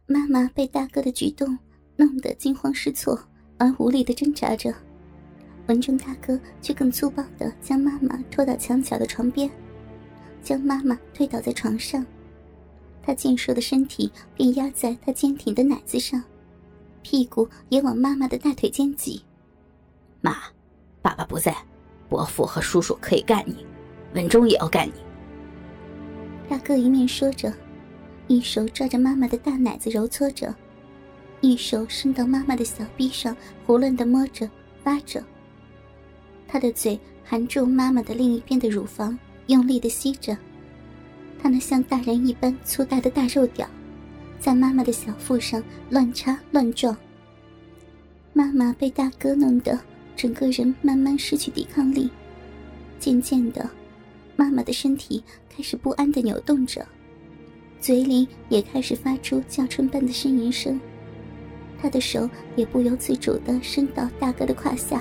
妈妈被大哥的举动弄得惊慌失措而无力地挣扎着，文中大哥却更粗暴地将妈妈拖到墙角的床边，将妈妈推倒在床上，他健硕的身体便压在他坚挺的奶子上，屁股也往妈妈的大腿间挤。 妈，爸爸不在，伯父和叔叔可以干你，文忠也要干你。 大哥一面说着，一手抓着妈妈的大奶子揉搓着，一手伸到妈妈的小臂上胡乱地摸着挖着，他的嘴含住妈妈的另一边的乳房，用力地吸着，他那像大人一般粗大的大肉屌在妈妈的小腹上乱插乱撞。妈妈被大哥弄得整个人慢慢失去抵抗力，渐渐的妈妈的身体开始不安地扭动着，嘴里也开始发出叫春般的呻吟声，她的手也不由自主地伸到大哥的胯下。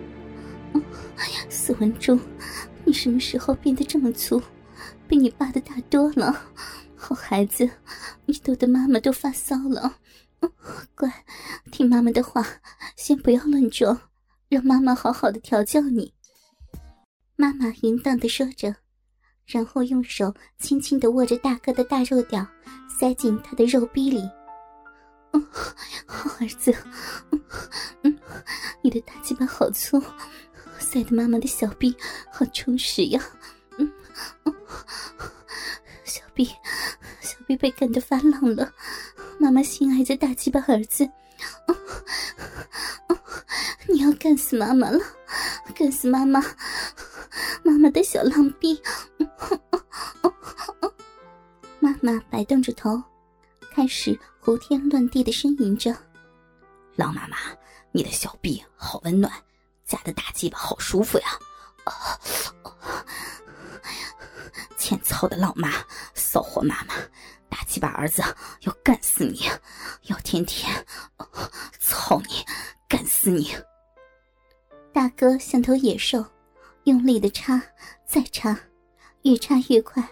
死文忠，你什么时候变得这么粗，比你爸的大多了。好孩子，你逗得妈妈都发骚了。乖，听妈妈的话，先不要乱撞，让妈妈好好的调教你。妈妈淫荡地说着，然后用手轻轻地握着大哥的大肉屌，塞进他的肉逼里。好儿子，你的大鸡巴好粗，塞得妈妈的小臂好充实呀。小臂被干得发浪了，妈妈心爱着大鸡巴儿子。你要干死妈妈了，干死妈妈的小浪逼。妈妈摆动着头，开始胡天乱地的呻吟着。 浪妈妈，你的小臂好温暖，夹的大鸡巴好舒服呀。欠操的浪妈，骚货妈妈，大鸡巴儿子要干死你，要天天操你，干死你。 大哥像头野兽，用力的插，再插，越插越快。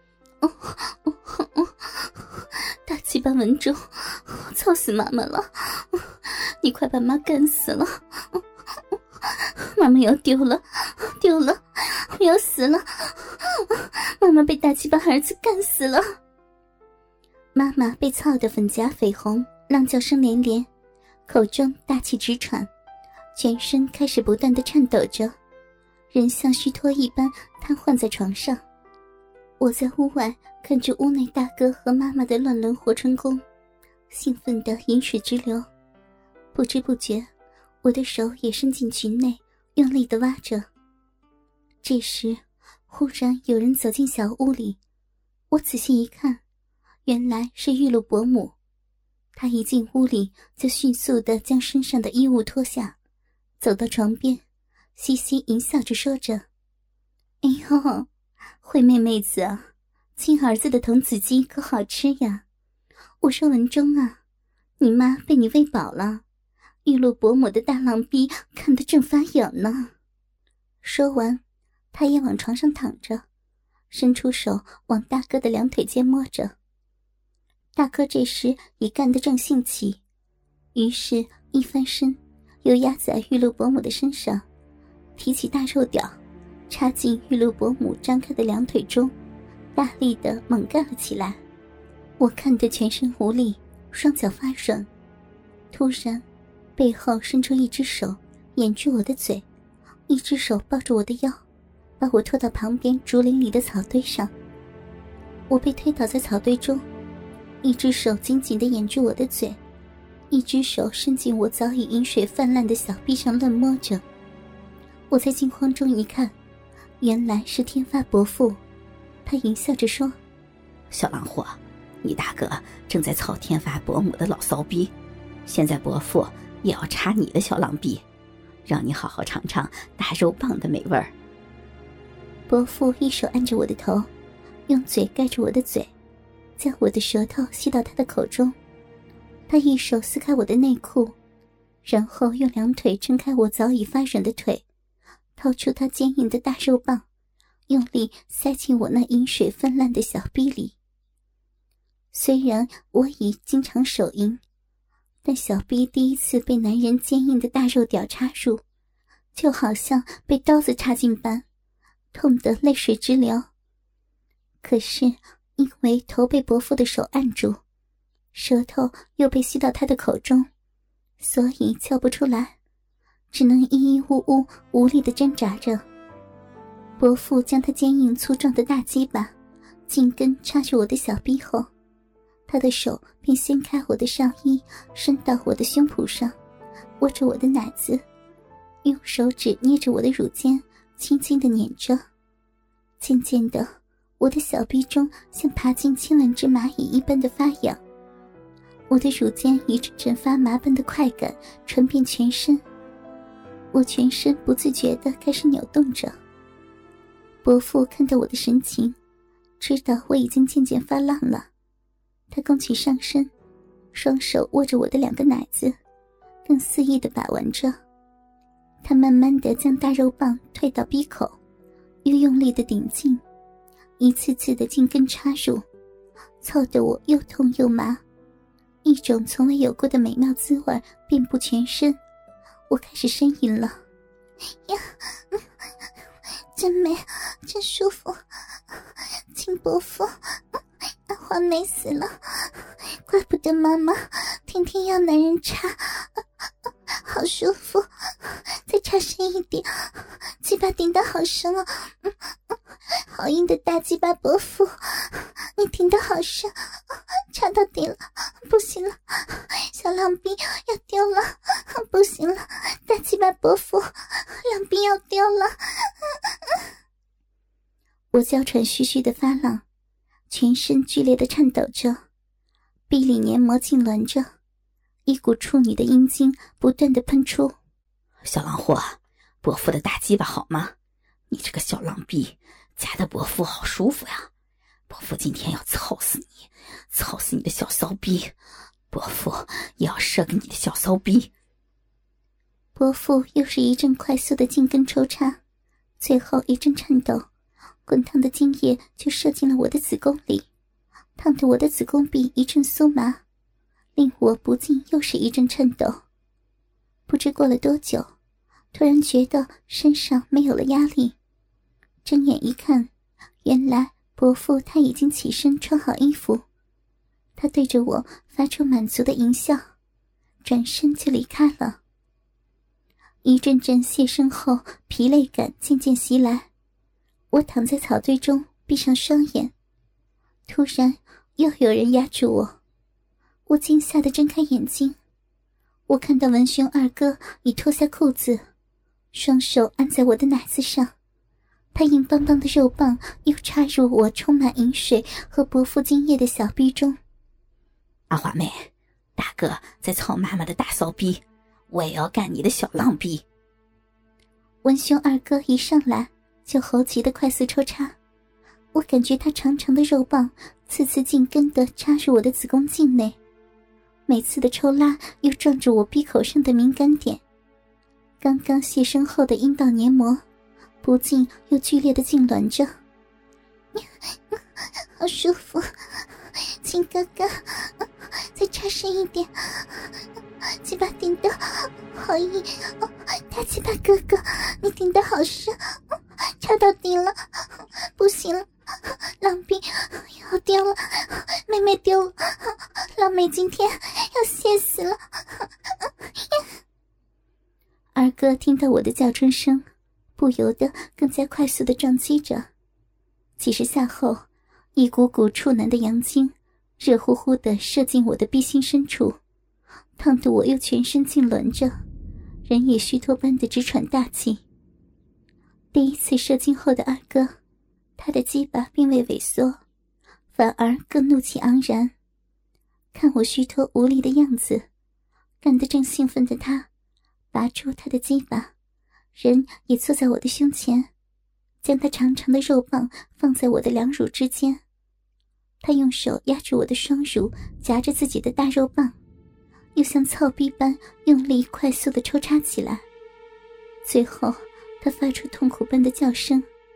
大鸡巴文忠，操死妈妈了，你快把妈干死了。妈妈要丢了，我要死了，妈妈被大鸡巴儿子干死了。妈妈被操得粉颊绯红，浪叫声连连，口中大气直喘，全身开始不断地颤抖着，人像虚脱一般瘫痪在床上。我在屋外看着屋内大哥和妈妈的乱伦活春宫，兴奋得饮水直流，不知不觉我的手也伸进裙内，用力地挖着。这时忽然有人走进小屋里，我仔细一看，原来是玉露伯母。她一进屋里就迅速地将身上的衣物脱下，走到床边，嘻嘻淫笑着说着：哎呦，惠妹妹子啊，亲儿子的童子鸡可好吃呀。我说文忠啊，你妈被你喂饱了，玉露伯母的大浪逼看得正发痒呢。说完，她也往床上躺着，伸出手往大哥的两腿间摸着。大哥这时已干得正兴起，于是一翻身，又压在玉露伯母的身上，提起大肉屌，插进玉露伯母张开的两腿中，大力地猛干了起来。我看得全身无力，双脚发软。突然背后伸出一只手掩住我的嘴，一只手抱住我的腰，把我拖到旁边竹林里的草堆上。我被推倒在草堆中，一只手紧紧地掩住我的嘴，一只手伸进我早已饮水泛滥的小臂上乱摸着。我在惊慌中一看，原来是天发伯父。他淫笑着说： 小浪货，你大哥正在操天发伯母的老骚逼，现在伯父也要插你的小浪逼，让你好好尝尝大肉棒的美味儿。 伯父一手按着我的头，用嘴盖住我的嘴，将我的舌头吸到他的口中。他一手撕开我的内裤，然后用两腿撑开我早已发软的腿，掏出他坚硬的大肉棒，用力塞进我那饮水泛滥的小逼里。 虽然我已经常手淫，但小臂第一次被男人坚硬的大肉屌插入，就好像被刀子插进般，痛得泪水直流。可是因为头被伯父的手按住，舌头又被吸到他的口中，所以叫不出来，只能咿咿呜呜无力地挣扎着。伯父将他坚硬粗壮的大鸡巴紧跟插入我的小臂后，他的手便掀开我的上衣，伸到我的胸脯上，握着我的奶子，用手指捏着我的乳尖，轻轻地捻着。渐渐的，我的小臂中像爬进千万只蚂蚁一般的发痒，我的乳尖一阵阵发麻般的快感传遍全身，我全身不自觉地开始扭动着。伯父看到我的神情，知道我已经渐渐发浪了，他弓起上身，双手握着我的2个奶子，更肆意地把玩着。他慢慢地将大肉棒推到鼻口，又用力地顶进，一次次地进根插入，操得我又痛又麻，一种从未有过的美妙滋味遍布全身。我开始呻吟了，呀，真美，真舒服，亲伯父，阿华美死了，怪不得妈妈天天要男人插，好舒服，再插深一点，鸡巴顶得好深哦，好硬的大鸡巴伯父，你顶得好深，插到底了，不行了，小浪逼要丢了，不行了，大鸡巴伯父，浪逼要丢了。我娇喘吁吁的发浪，全身剧烈的颤抖着，壁里黏膜痉挛着，一股处女的阴茎不断的喷出。 小浪货，伯父的大鸡巴好吗？你这个小浪逼，夹得伯父好舒服呀！伯父今天要操死你，操死你的小骚逼！伯父也要射给你的小骚逼！ 伯父又是一阵快速的进根抽插，最后一阵颤抖，滚烫的精液就射进了我的子宫里，烫得我的子宫壁一阵酥麻，令我不禁又是一阵颤抖。不知过了多久，突然觉得身上没有了压力，睁眼一看，原来伯父他已经起身穿好衣服，他对着我发出满足的淫笑，转身就离开了。一阵阵泄身后疲累感渐渐袭来，我躺在草堆中闭上双眼，突然又有人压住我，我惊吓地睁开眼睛，我看到文兄二哥已脱下裤子，双手按在我的奶子上，他硬邦邦的肉棒又插入我充满饮水和伯父精液的小逼中。 阿华妹，大哥在操妈妈的大骚逼，我也要干你的小浪逼。 文兄二哥一上来就猴急的快速抽插，我感觉他长长的肉棒次次紧跟地插入我的子宫颈内，每次的抽拉又撞住我闭口上的敏感点，刚刚泄身后的阴道黏膜不禁又剧烈的痉挛着。好舒服，亲哥哥，再插深一点，鸡巴顶得好硬，大鸡巴哥哥，你顶得好深，插到底了，不行了，浪逼要丢了，妹妹丢了，老妹今天要泄死了。二哥听到我的叫春声，不由得更加快速地撞击着，几十下后，一股股处男的阳精热乎乎地射进我的臂心深处，烫得我又全身痉挛着，人也虚脱般的直喘大气。第一次射精后的二哥，他的鸡巴并未萎缩，反而更怒气昂然，看我虚脱无力的样子，干得正兴奋的他拔出他的鸡巴，人也坐在我的胸前，将他长长的肉棒放在我的两乳之间。他用手压住我的双乳，夹着自己的大肉棒，又像操逼般用力快速地抽插起来。最后他发出痛苦般的叫声，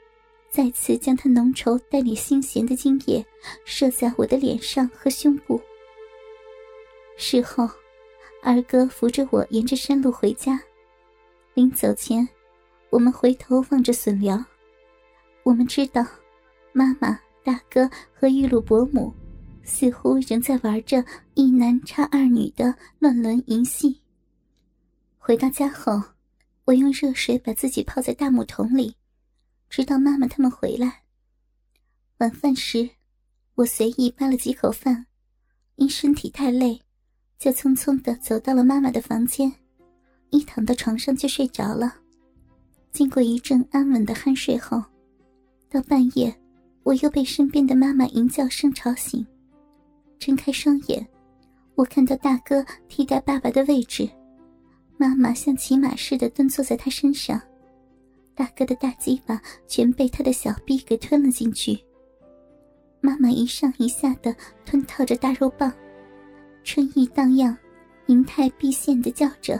再次将他浓稠带点腥咸的精液射在我的脸上和胸部。事后，二哥扶着我沿着山路回家。临走前，我们回头望着笋寮，我们知道妈妈、大哥和玉露伯母似乎仍在玩着一男插二女的乱伦淫戏。回到家后，我用热水把自己泡在大木桶里，直到妈妈他们回来。晚饭时，我随意扒了几口饭，因身体太累，就匆匆地走到了妈妈的房间，一躺到床上就睡着了。经过一阵安稳的酣睡后，到半夜我又被身边的妈妈吟叫声吵醒。睁开双眼，我看到大哥替代爸爸的位置，妈妈像骑马似的蹲坐在他身上，大哥的大鸡巴全被他的小臂给吞了进去。妈妈一上一下的吞套着大肉棒，春意荡漾，银态毕现的叫着：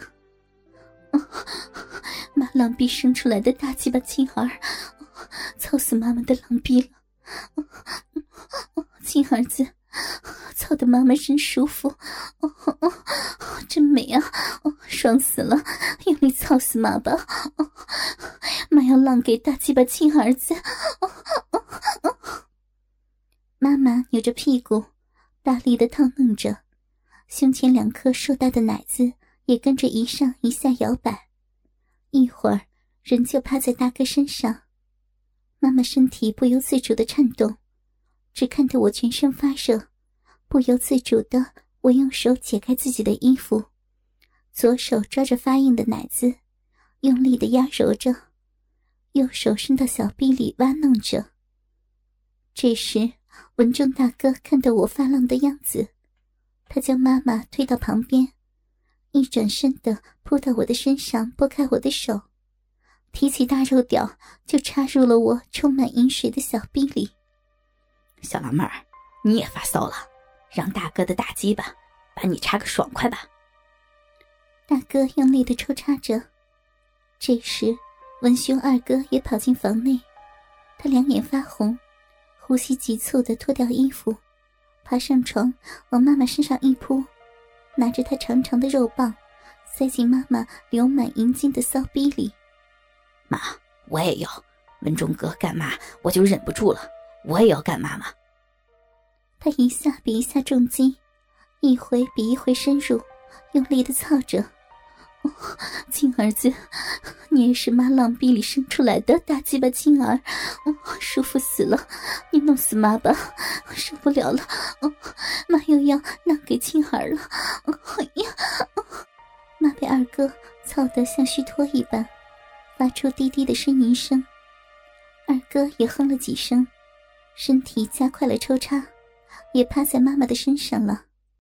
妈浪逼生出来的大鸡巴亲儿，操死妈妈的浪逼了！亲儿子，操得妈妈真舒服，真美啊，爽死了！用力操死妈吧！妈要浪给大鸡巴亲儿子！妈妈扭着屁股，大力地套弄着，胸前2颗硕大的奶子也跟着一上一下摇摆，一会儿人就趴在大哥身上。妈妈身体不由自主地颤动，只看得我全身发热，不由自主地我用手解开自己的衣服，左手抓着发硬的奶子，用力地压揉着，右手伸到小臂里挖弄着。这时文忠大哥看到我发浪的样子，他将妈妈推到旁边，一转身地扑到我的身上，拨开我的手，提起大肉屌就插入了我充满饮水的小臂里。 小老妹儿，你也发骚了，让大哥的大鸡巴把你插个爽快吧。 大哥用力地抽插着。这时文兄二哥也跑进房内，他两眼发红，呼吸急促地脱掉衣服，爬上床往妈妈身上一扑，拿着他长长的肉棒塞进妈妈流满银精的骚逼里。 妈，我也要，文忠哥干嘛我就忍不住了，我也要干妈妈。 他一下比一下重击，一回比一回深入，用力地操着。亲儿子，你也是妈浪逼里生出来的大鸡巴亲儿，舒服死了，你弄死妈吧，受不了了，妈又要让给亲儿了。妈被二哥操得像虚脱一般，发出低低的呻吟声。二哥也哼了几声，身体加快了抽插，也趴在妈妈的身上了。